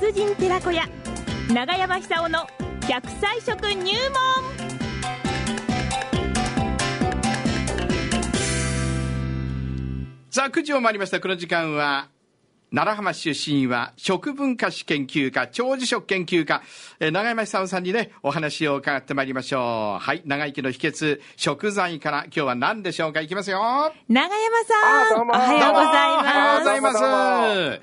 達人寺子屋長山久夫の100歳食入門。 さあ9時を回りました。この時間は奈良浜出身は食文化史研究家、長寿食研究家、長山久夫さんにねお話を伺ってまいりましょう。はい、長生きの秘訣、食材から今日は何でしょうか。いきますよ。 長山さん、おはようございます。 おはよう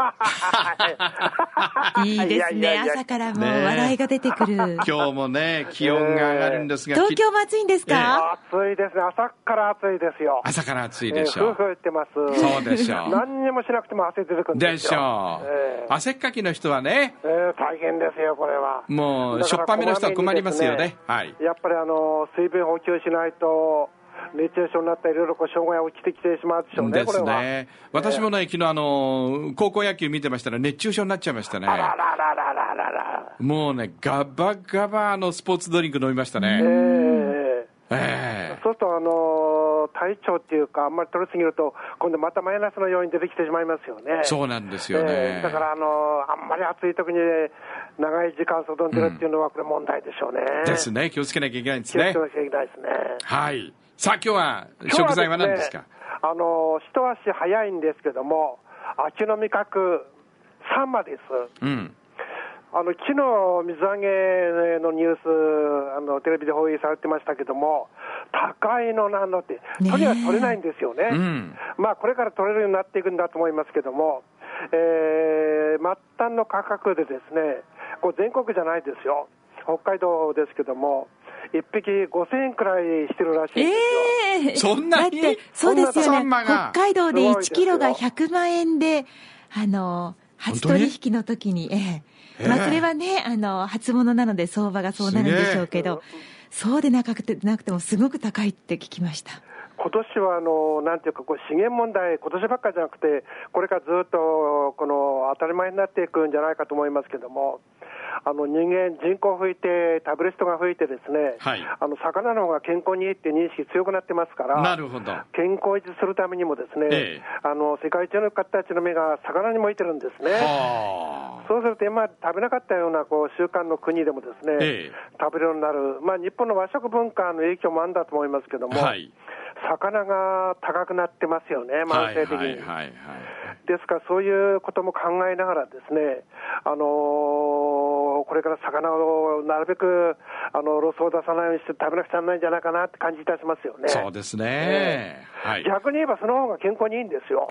ございます。 いいですね。朝からもう笑いが出てくる。 今日もね気温が上がるんですが、 東京も暑いんですか？ 暑いですね。朝から暑いですよ。 朝から暑いでしょう。 ふうふう言ってます。 そうでしょう。 何にもしなくても汗出てくるんですよ。 でしょう。汗っかきの人はね、 大変ですよこれは。 もうしょっぱめの人は困りますよね。はい。 やっぱり水分補給しないと熱中症になったりいろいろ障害が起きてきてしまうでしょうね。 ですね。 これは私もね昨日高校野球見てましたら熱中症になっちゃいましたね。 あららららららら。 もうねガバガバスポーツドリンク飲みましたね。 そうすると体調っていうかあんまり取りすぎると今度またマイナスの要因出てきてしまいますよね。 そうなんですよね。 だからあんまり暑い時に長い時間外に出るっていうのはこれ問題でしょうね。 ですね。気をつけなきゃいけないんですね。 気をつけなきゃいけないですね。 はい。さあ今日は食材は何ですか？ 一足早いんですけども、秋の味覚サンマです。昨日水揚げのニューステレビで放映されてましたけども、高いのなんのってとにかく取れないんですよね。まあこれから取れるようになっていくんだと思いますけども、末端の価格でですね、これ全国じゃないですよ、北海道ですけども1匹5000円くらいしてるらしいんですよ。 そんなに？ だってそうですよね。北海道で1キロが100万円で初取引の時にそれはね初物なので相場がそうなるんでしょうけど、そうでなくてもすごく高いって聞きました。 今年はなんていうか資源問題、今年ばっかりじゃなくてこれからずっと当たり前になっていくんじゃないかと思いますけども、人口増えてタブレストが増えてですね、魚の方が健康にいいって認識強くなってますから、 なるほど。 健康を維持するためにもですね、世界中の方たちの目が魚に向いてるんですね。そうすると今食べなかったような習慣の国でもですね、食べるようになる。日本の和食文化の影響もあるんだと思いますけども、魚が高くなってますよね、慢性的に。ですからそういうことも考えながらですね、これから魚をなるべくロスを出さないようにして食べなくちゃならないんじゃないかなって感じいたしますよね。 そうですね。 逆に言えばその方が健康にいいんですよ。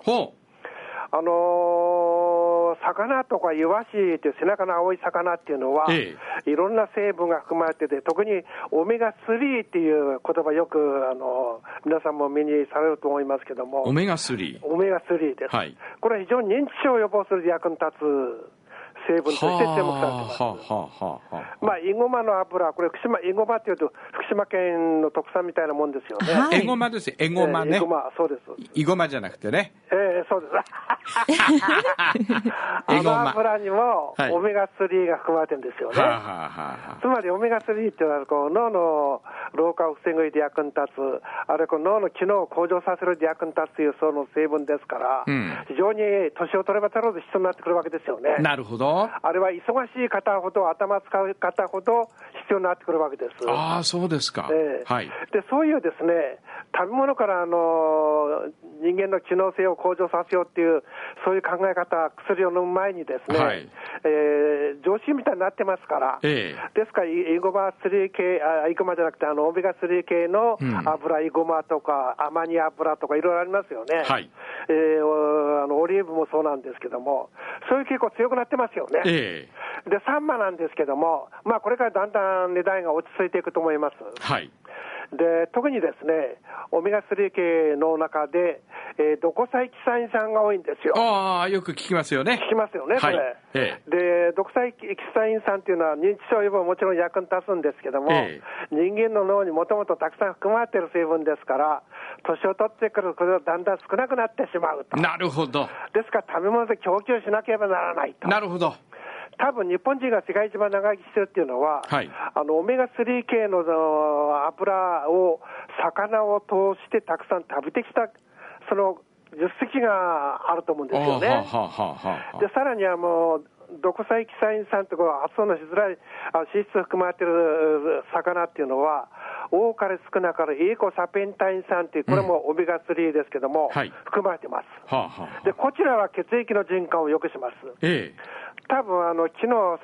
魚とかイワシっていう背中の青い魚っていうのは、いろんな成分が含まれてて、特にオメガ3っていう言葉よく皆さんも目にされると思いますけども、 オメガ3 です、これは非常に認知症を予防する役に立つ成分として注目されてます。エゴマの油、これエゴマっていうと福島県の特産みたいなもんですよね。 エゴマですよ。エゴマね。 そうです。 イゴマじゃなくてね。 そうです。油にもオメガ3が含まれてるんですよね。つまりオメガ3っていうのは脳の老化を防ぐで役に立つ、あるいは脳の機能を向上させるで役に立つというその成分ですから、非常に年を取れば取るほど必要になってくるわけですよね。 なるほど。 あれは忙しい方ほど、頭使う方ほど必要になってくるわけです。 そうですか。 でそういうですね、食べ物から人間の機能性を向上させようっていうそういう考え方、薬を飲む前にですね、常識みたいになってますから、ですからイゴマ3系、イゴマじゃなくてオメガ3系の油、イゴマとかアマニ油とかいろいろありますよね。オリーブもそうなんですけども、そういう傾向強くなってますよね。でサンマなんですけども、これからだんだん値段が落ち着いていくと思います。で特にですね、オメガ3系の中で、ドコサイキサイン酸が多いんですよ。 よく聞きますよね。 聞きますよね、これ。でドコサイキサイン酸っていうのは認知症予防ももちろん役に立つんですけども、人間の脳にもともとたくさん含まれている成分ですから、年を取ってくるとだんだん少なくなってしまうと。 なるほど。 ですから食べ物で供給しなければならないと。 なるほど。 多分日本人が世界一番長生きしてるっていうのは、オメガ3系の油を魚を通してたくさん食べてきたその実績があると思うんですよね。でさらにはもう毒性キサイン酸とか発音のしづらい脂質含まれている魚っていうのは、多かれ少なかれエコサペンタイン酸っていう、これもオメガ3ですけども、はい、含まれてます。でこちらは血液の循環を良くします。多分昨日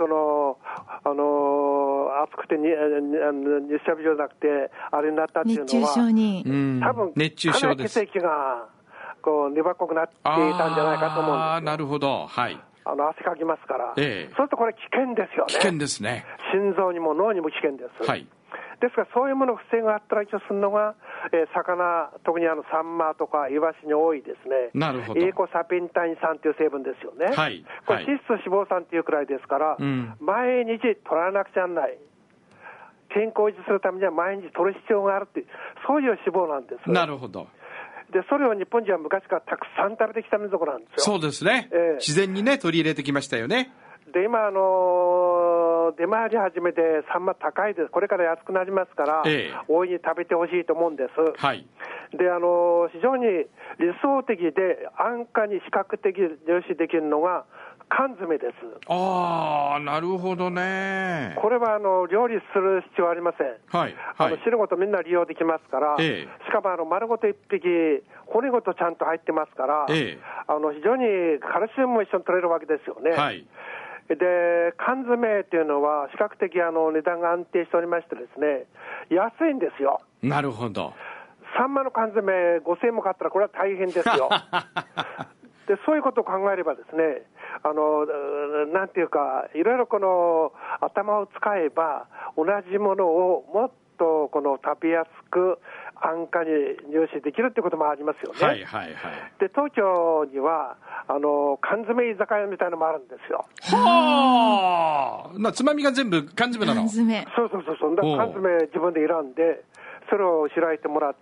暑くて熱射病じゃなくてあれになったっていうのは、熱中症に多分熱中症です。 血液がこう粘っこくなっていたんじゃないかと思うんですよ。 なるほど、はい。 汗かきますから、そうするとこれ危険ですよね。 危険ですね。 心臓にも脳にも危険です。はい。ですからそういうものを防ぐ働きをするのが、魚、特にサンマとかイワシに多いですね。 なるほど。 エコサペンタイン酸という成分ですよね。はい。これ脂質脂肪酸というくらいですから、毎日取らなくちゃならない。健康を維持するためには毎日取る必要があるっていう、そういう脂肪なんです。 なるほど。 でそれを日本人は昔からたくさん食べてきた民族なんですよ。 そうですね、自然にね取り入れてきましたよね。 で今出回り始めてサンマ高いです。これから安くなりますから、大いに食べてほしいと思うんです。はい。で非常に理想的で安価に視覚的に入手できるのが缶詰です。 なるほどね。 これは料理する必要ありません。はい。汁ごとみんな利用できますから、しかも丸ごと1匹骨ごとちゃんと入ってますから、非常にカルシウムも一緒に取れるわけですよね。はい。で缶詰っていうのは比較的値段が安定しておりましてですね、安いんですよ。 なるほど。 サンマの缶詰5000円も買ったらこれは大変ですよ。でそういうことを考えればですね、なんていうかいろいろ頭を使えば同じものをもっと食べやすく安価に入手できるってこともありますよね。はいはいはい。で東京には缶詰居酒屋みたいなのもあるんですよ。 はあ。つまみが全部缶詰なの。 缶詰。そう缶詰自分で選んでそれを開いてもらって、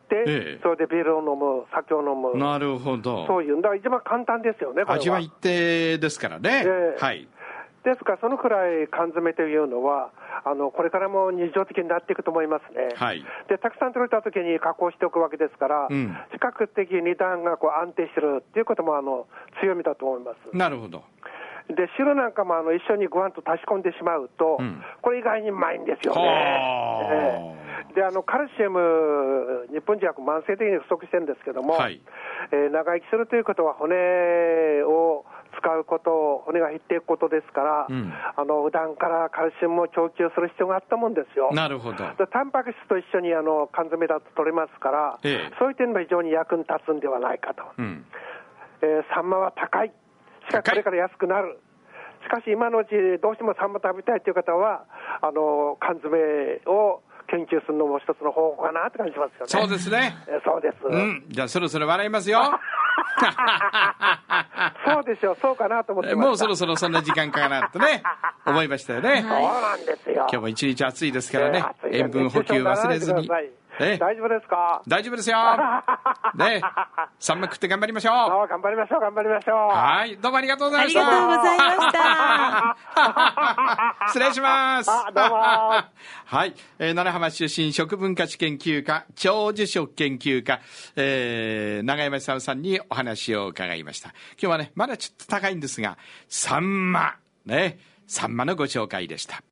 それでビールを飲む、酒を飲む。なるほど。そういうだから一番簡単ですよね。これは味は一定ですからね。はい。 ですからそのくらい缶詰というのはこれからも日常的になっていくと思いますね。はい。でたくさん取れた時に加工しておくわけですから、比較的値段が安定してるっていうことも強みだと思います。なるほど。で汁なんかも一緒にご飯と足し込んでしまうと、これ意外にうまいんですよね。でカルシウム日本人は慢性的に不足してるんですけども、長生きするということは骨を使うこと、骨が減っていくことですから、普段からカルシウムを供給する必要があったもんですよ。なるほど。タンパク質と一緒に缶詰だと取れますから、そういう点も非常に役に立つんではないかと。サンマは高い。しかしこれから安くなる。しかし今のうちどうしてもサンマ食べたいという方は缶詰を研究するのも一つの方法かなって感じしますよね。 そうですね。 そうです。 じゃあそろそろ笑いますよ。 そうでしょう。そうかなと思ってました。 もうそろそろそんな時間かなとね思いましたよね。 そうなんですよ。 今日も一日暑いですからね、塩分補給忘れずに。 大丈夫ですか？ 大丈夫ですよ。ね、サンマ食って頑張りましょう。 頑張りましょう。 はい、どうもありがとうございました。 ありがとうございました。 失礼します。 どうも。 はい、奈良浜出身食文化史研究家、長寿食研究家、永山久夫さんにお話を伺いました。今日はね、まだちょっと高いんですが、サンマのご紹介でした。